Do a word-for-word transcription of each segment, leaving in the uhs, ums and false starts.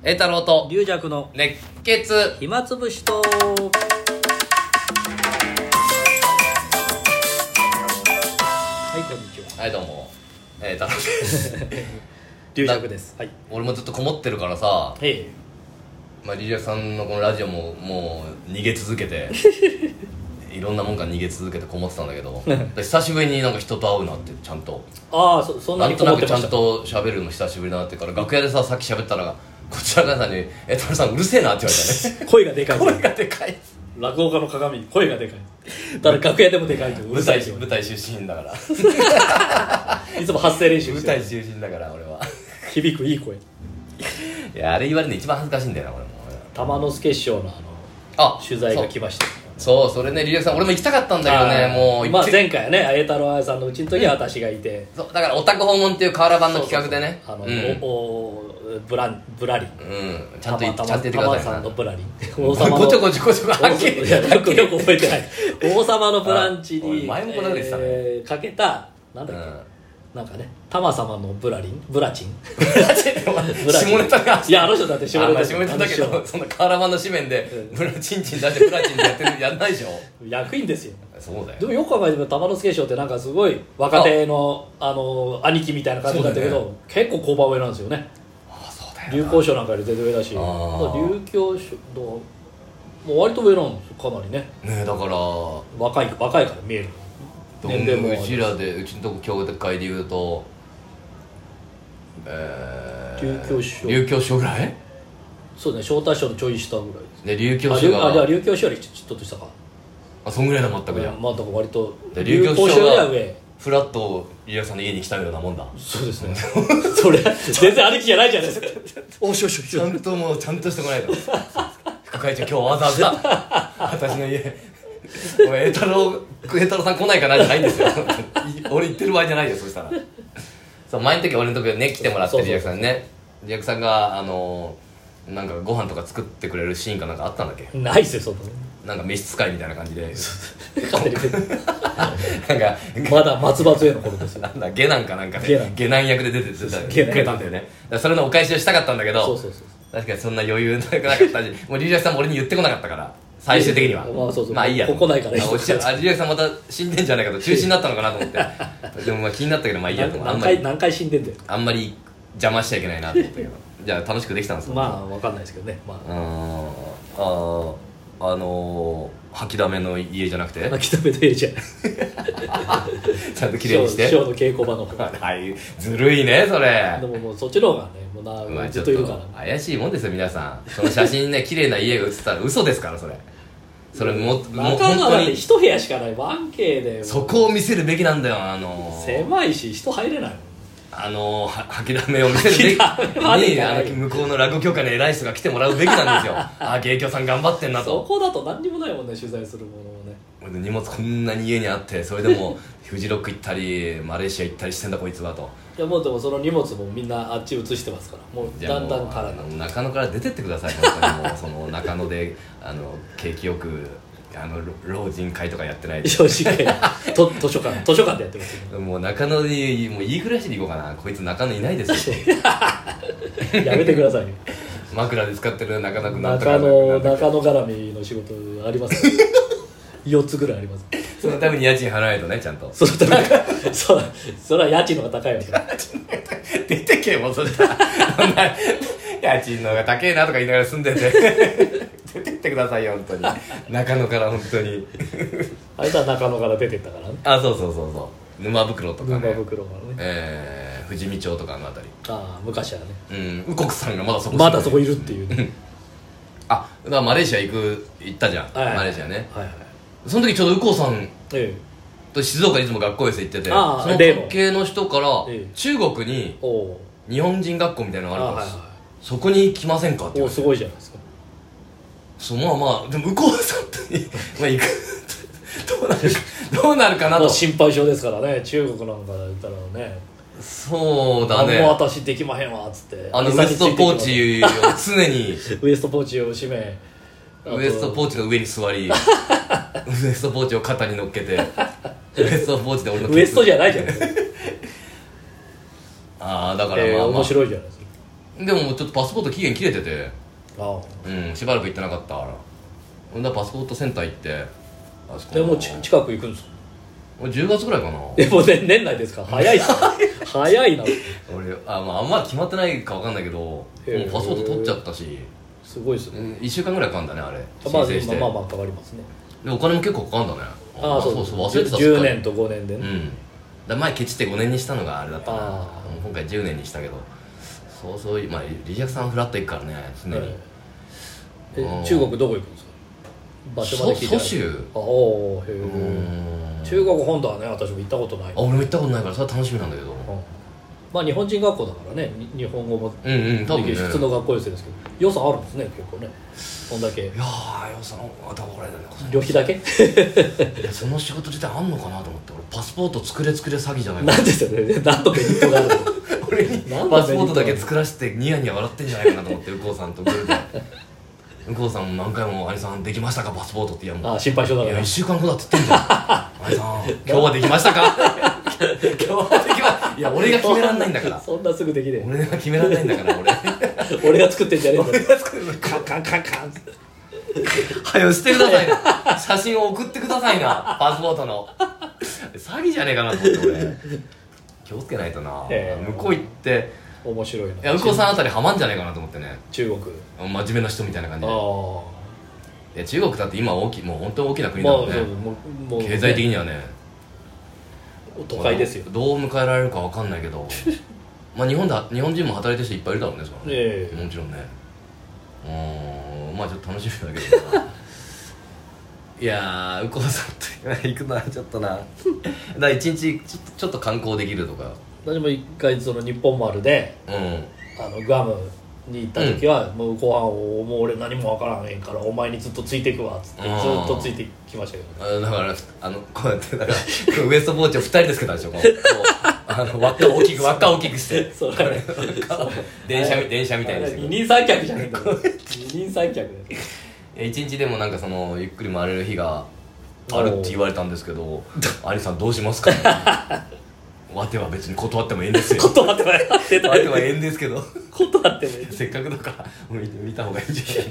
栄太郎と龍尺の熱血暇つぶしと。はい、こんにちは。 はい、どうも栄太郎です龍尺です。はい。 俺もずっとこもってるからさ、 へい。 まあ、龍尺さんのこのラジオももう逃げ続けていろんなもんから逃げ続けてこもってたんだけど久しぶりになんか人と会うなってちゃんとああ、そそんななんにこともってましたなくちゃんと喋るの久しぶりだなってから楽屋でささっき喋ったらこちら側さんに「栄太郎さんうるせえな」って言われたね声がでかい。 声がでかい落語家の鏡、声がでかい。ただ楽屋でもでかいとうる舞台さいですよ。 舞台出身だからいつも発声練習舞してる。 台出身だから俺は響くいい声。 いやあれ言われるの一番恥ずかしいんだよな俺も玉之助師匠のあのあ取材が来ました。 そうそれね龍尺さん俺も行きたかったんだけどねもうまあ行って前回はね栄太郎さんのうちの時は私がいて、 そうだからオタク訪問っていう瓦版の企画でねあの、 うんおおブランブラリン、 うんちゃんと言ってたまちゃんと言ってくだたまささいなんのブラリン、 ごちょごちょごちょごちょはっきりいやよくよく覚えてない王様のブランチあ俺に前もこんなこと言ってたねえーかけたなんだっけ、 うんなんかねタマ様のブラリンブラチン下ネタがいやあの人だって下あまあネタ下ネタだけあのどその瓦版の紙面でうんブラチンチン出してブラチンでやってるやんないでしょ人役員ですよ。 そうだよでもよく考えてみると玉之助師匠ってなんかすごい若手のあの兄貴みたいな感じだったけど、 そうだ結構交番上なんですよね。 あそうだよ流行賞なんかより全然上だし、 あー流行賞のもう割と上なんですよかなりね。 ねえだから若い若いから見える。 ど年齢もうちらでうちのとこ協会で言うとえー、 流教師匠流教師匠ぐらいそうね翔太師匠のちょい下ぐらいです。 で流教あ師が流あじゃあ流教師よりちょちょっとしたか。 あそんぐらいだ全くじゃんまあだから割とで流流教師教師よりはが上。 フラッと龍尺さんの家に来たようなもんだそうですねそれ全然兄貴じゃないじゃないですかおしょしょしょちゃんともうちゃんとしてこないと副会長今日わざわざ私の家お前栄太郎栄太郎さん来ないかなじゃないんですよ俺言ってる場合じゃないよそしたらそう前の時俺の時ね来てもらってそうそう龍尺さんにね龍尺さんがあのなんかご飯とか作ってくれるシーンかなんかあったんだっけないっすよそんなのなんか召使いみたいな感じで勝手になんかまだ松葉杖の頃ですよ。 なんだ下男かなんか下男で下男役で出てて下男くれたんだよねだからそれのお返しをしたかったんだけどそうそうそう確かにそんな余裕なかったしもう龍尺さんも俺に言ってこなかったから最終的にはまあそうそうまあいいやここ来ないからいいあおっしゃあ龍尺さんまた死んでんじゃないかと中止になったのかなと思ってでもまあ気になったけどまあいいやと思ってあんまり何回何回死んでんだよ。 あんまり邪魔しちゃいけないなと思ったけどじゃあ楽しくできたんですかまあわかんないですけどね。まうーんあーあのー、吐きだめの家じゃなくてあ諦めと家じゃない。 ちゃんと綺麗にして師匠の稽古場の方。 はいずるいねそれでももうそっちの方がねもうなずまあちょっとっといるから。 怪しいもんですよ皆さんその写真ね綺麗な家が写ったら嘘ですからそれそれももう中本当がだってに一部屋しかない ワンケー でそこを見せるべきなんだよあのー、 狭いし人入れないもん。 あのー、は吐きだめを見せるべき吐きだめまでにじゃないあの向こうの落語協会の偉い人が来てもらうべきなんですよあ芸協さん頑張ってんなそとこだと何にもないもんね取材するものをね。 俺荷物こんなに家にあってそれでもフジロック行ったりマレーシア行ったりしてんだこいつはといやもうでもその荷物もみんなあっち移してますからもうだんだんからなもう中野から出てってください本当にもうその中野であの景気よくあの老人会とかやってないで正直と図書館図書館でやってますよ。 もう中野でもういい暮らしに行こうかなこいつ中野いないですよやめてくださいよ。 枕で使ってる中野くんなんとか中野なんとか中野絡みの仕事ありますよっつぐらいあります。 そのために家賃払わないとねちゃんとそのためにそそれは家賃の方が高いわけ。 出てけもうそしたらそんな家賃の方が高えなとか言いながら住んでて出てってくださいよ本当に中野から本当にあいつは中野から出てったからね。 あそうそうそうそう沼袋とかね沼袋からね。 えー、富士見町とかのあたりああ昔はねうん右国さんがまだそこまだそこいるっていうね。 あだからマレーシア行く行ったじゃん、 はいはいマレーシアねはいはい。 その時ちょうど右近さんえと静岡にいつも学校エース行っててああその例の関係の人からええ中国にえ。おお。 日本人学校みたいなのあがあるから、 はいはそこに来ませんかってい。おおす言われてごいじゃないですか。 そうまあまあでも右近さんとまあ行くどうなるどうなるかなともう心配性ですからね中国なんかだったらね。 そうだねあもう私できまへんわっつってあのウエストポーチを常にウエストポーチを締めウエストポーチの上に座りウエストポーチを肩に乗っけてウエストポーチで俺のウエストじゃないじゃないですか。 ああだからまあ、 えー、 まあ、 面白いじゃないですか。 でもちょっとパスポート期限切れてて、 あうんしばらく行ってなかったからほんでパスポートセンター行ってあそこでもうち近く行くんですか？ 俺じゅうがつぐらいかなえもう年年内ですか？早いっすね早いな。 俺あ、まあ、あんま決まってないか分かんないけどもうへーパスポート取っちゃったし、 すごいですね。 うん、いっしゅうかんぐらいかかるんだねあれまあ申請して、 まあまあまあかかりますね。 でお金も結構かかるんだね。 ああそうそう忘れてた。 じゅうねんとごねんでね。 うんだ前ケチってごねんにしたのがあれだったな。 あ今回じゅうねんにしたけどそうそうまあリジャクさんフラッと行くからね常に、 ええうん中国どこ行くんですか？場所まで聞いてない。 蘇州。 あおーへうえ。 ん中国本土はね私も行ったことない。 あ俺も行ったことないからそれは楽しみなんだけどうんまあ日本人学校だからねに日本語もうんうん多分ねできるし普通の学校ですけど予算あるんですね結構ねそんだけいやー予算またこれだね旅費だけいやその仕事自体あんのかなと思って俺パスポート作れ作れ詐欺じゃないかなんでそれ何のメリットがあるの俺に何のパスポートだけ作らせてニヤニヤ笑ってんじゃないかなと思って右近さんとグルで右近さんも何回も「兄さんできましたかパスポート」って言うもんあ心配性だいやからいっしゅうかんごだって言ってんじゃん兄さん今日はできましたか今日はできまいや俺が決めらんないんだからそんなすぐできね俺が決めらんないんだから俺え俺が作ってんじゃねえんだよ俺が作るカンカンカンカンはよしてくださいな写真を送ってくださいなパスポートの詐欺じゃねえかなと思って俺気をつけないとな、 ええ向こう行って面白いないや右近さんあたりハマんじゃねえかなと思ってね中国真面目な人みたいな感じであいや中国だって今大きいもう本当に大きなあまあ国だもんね、 そうもうもう経済的にはね都会ですよどう迎えられるか分かんないけどまあ日本だ日本人も働いてる人いっぱいいるだろうねそのね、 ええもちろんねうーんまあちょっと楽しみだけどないやー右近さんと行くのはちょっとなだから一日ちょっとちょっと観光できるとか私も一回その日本丸でうんあのグアムに行った時は、もう後半をもう俺何もわからんへんからお前にずっとついていくわっつってずうんっとついてきましたけどあだからあのこうやってだからウエストポーチをふたりでつけたんでしょこうこうあの輪っかを大きく輪っかを大きくしてそれ電車み電車みたいにして二人三脚じゃねえんだよ二人三脚で一日でもなんかそのゆっくり回れる日があるって言われたんですけど兄さんどうしますかわては別に断ってもええんですよ断ってもええわてはええんですけど断ってもええせっかくだから見見た方がいいんじゃ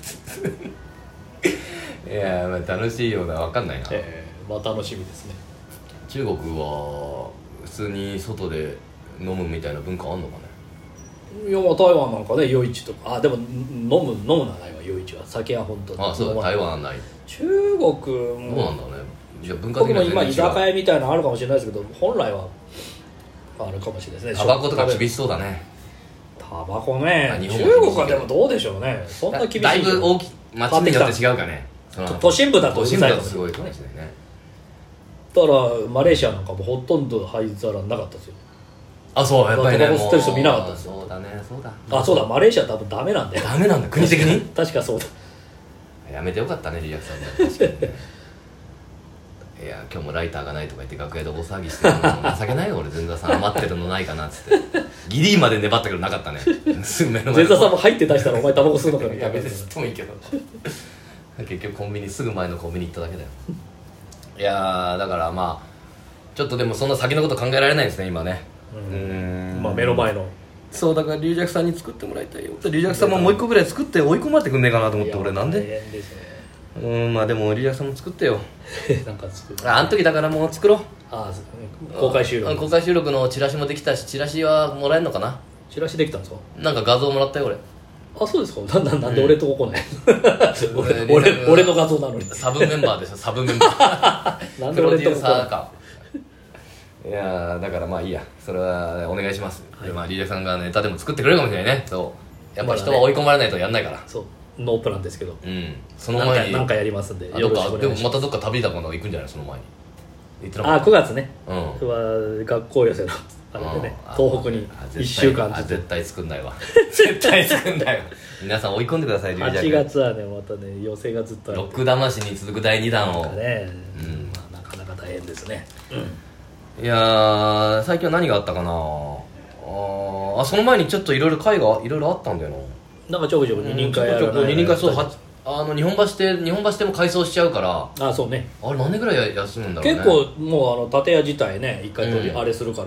ないいやまあ楽しいような分かんないな、 ええまあ楽しみですね中国は普通に外で飲むみたいな文化あんのかねいやまあ台湾なんかね夜市とかあでも飲む飲むのはないわ夜市は酒は本当にあそうだ飲まない台湾はない中国どうもなんだねじゃあ文化的僕も今には全然違う居酒屋みたいなのあるかもしれないですけど本来はあるかもしれないですねタバコとか厳しいしそうだねタバコねあ日中本も厳しいけど国はでもどうでしょうねそんな厳しいだいぶ大き街によって違うかねそのと都心部だと都うるさい心部だとすごいかもしれないねだからマレーシアなんかもほとんど灰皿なかったですよあそうやっぱりねタバコ吸ってる人見なかったですよそうだねそうだあそうだマレーシア多分ダメなんだよダメなんだ国的に確かそうだやめてよかったねリアクさんね確かにねいや今日もライターがないとか言って楽屋で大騒ぎしてるの情けないよ俺前座さん余ってるのないかなっつってギリまで粘ったけどなかったねすぐ目の前前座さんも入って出したらお前タバコ吸うのかいや別に吸ってもいいけど結局コンビニすぐ前のコンビニ行っただけだよいやーだからまあちょっとでもそんな先のこと考えられないですね今ねううんんまあ目の前のそうだからリュウジャクさんに作ってもらいたいよリュウジャクさんももう一個ぐらい作って追い込まれてくんねえかなと思って俺なんで大変ですねうんまあでもリュウジャクさんも作ってよなんか作るああの時だからもう作ろうああ公開収録あ公開収録のチラシもできたしチラシはもらえるのかなチラシできたんですかなんか画像もらったよ俺あそうですかなななんで俺とこ来ない、 俺俺俺俺の画像なのにサブメンバーですよサブメンバーなんプロデューで俺とこ来ないサーかいやーだからまあいいやそれはお願いします、 はいでまあリーダーさんがネタでも作ってくれるかもしれないねそうやっぱ人は追い込まれないとやんないから、 そうノープランですけどうんその何前に回何回やりますんであよろしどっかでもくお願いしまますたどっか旅だかなんか行くんじゃないその前に言ってなかっあくがつねたうんは学校寄せのあれでねあ東北にあいっしゅうかんずつあ絶対作んないわ絶対作んないわ皆さん追い込んでくださいリュウジャはち君がつはねまたね寄せがずっとあるロック魂に続くだいにだんをなんかね、 うんまあ、なかなか大変ですね、 いやー最近は何があったかなあーあその前にちょっといろいろ会がいろいろあったんだよななんかちょこちょこ二人会やちょこちょこらない二人会そうはあの日本橋で日本橋でも改装しちゃうからあそうねあれ何年ぐらい休むんだろうね結構もうあの建屋自体ね一回取り、 うんあれするから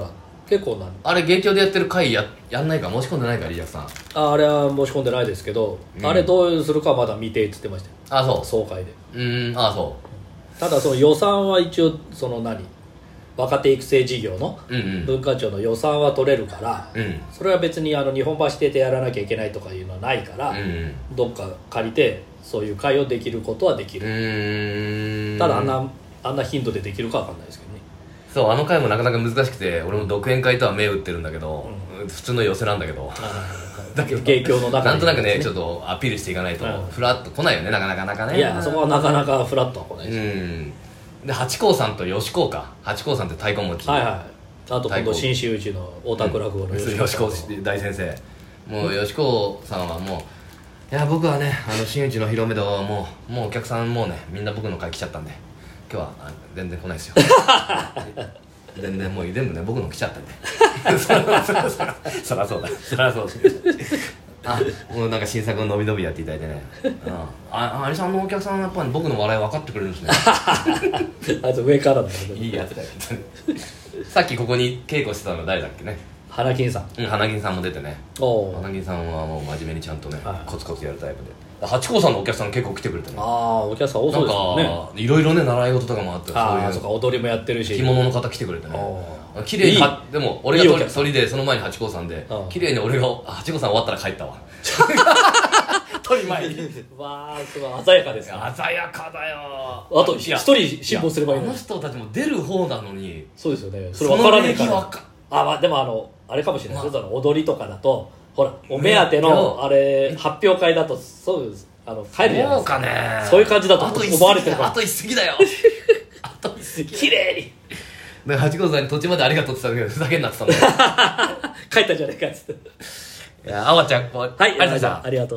結構なあれ芸協でやってる会ややんないか申し込んでないかリージャクさん。 ああれは申し込んでないですけど、うん、あれどうするかはまだ未定って言ってましたよ。 あそう総会で。 うんあそうただその予算は一応その何若手育成事業の文化庁の予算は取れるから、うん、それは別にあの日本橋邸でやらなきゃいけないとかいうのはないから、うん、どっか借りてそういう会をできることはできる。うーんただあんなあんな頻度でできるかわかんないですけどね。 そうあの会もなかなか難しくて俺も独演会とは目打ってるんだけど、うん、普通の寄せなんだけどだけど芸協の中に、ね、 なんとなくねちょっとアピールしていかないと、うん、フラッと来ないよねなかなかなかね。 いやそこはなかなかフラッとは来ないです。 うんで八甲さんと吉甲か八甲さんって太鼓持ち、 はいはい、あと今度新真打ちの大田区落語の吉甲大先生もう吉甲さんはもういや僕はねあの真打ちの広めではもうもうお客さんもうねみんな僕の会来ちゃったんで今日は全然来ないですよ全然もう全部ね僕の来ちゃったんでそらそらそらそらそうだそらそうあもうなんか新作を伸び伸びやっていただいてね、うん、ああれさんのお客さんはやっぱり僕の笑い分かってくれるんですねあいつ上からだけどいいやつだよさっきここに稽古してたの誰だっけね花金さんうん花金さんも出てねお花金さんはもう真面目にちゃんとね、はい、コツコツやるタイプで八甲さんのお客さん結構来てくれてねああお客さん多そうですよねなんかいろいろね習い事とかもあってああそうか踊りもやってるし着物の方来てくれてね綺麗にでも俺が鳥でその前に八甲さんで綺麗に俺が八甲さん終わったら帰ったわ鳥前にわあすごい鮮やかですね鮮やかだよあと一人辛抱すればいいのあの人たちも出る方なのにそうですよねそれ分からないからあ、まあ、でもあのあれかもしれないです、まあ、踊りとかだとほらお目当てのあれ発表会だとそうですあの帰るじゃないですかそうかねそういう感じだと思われてるからあと一席だよあと一席綺麗にで八甲さんに途中までありがとうって言ってたけどふざけんなって言ったんだよ帰ったんじゃないかっつっていやあわちゃんこうはいありがとうございましたありがとう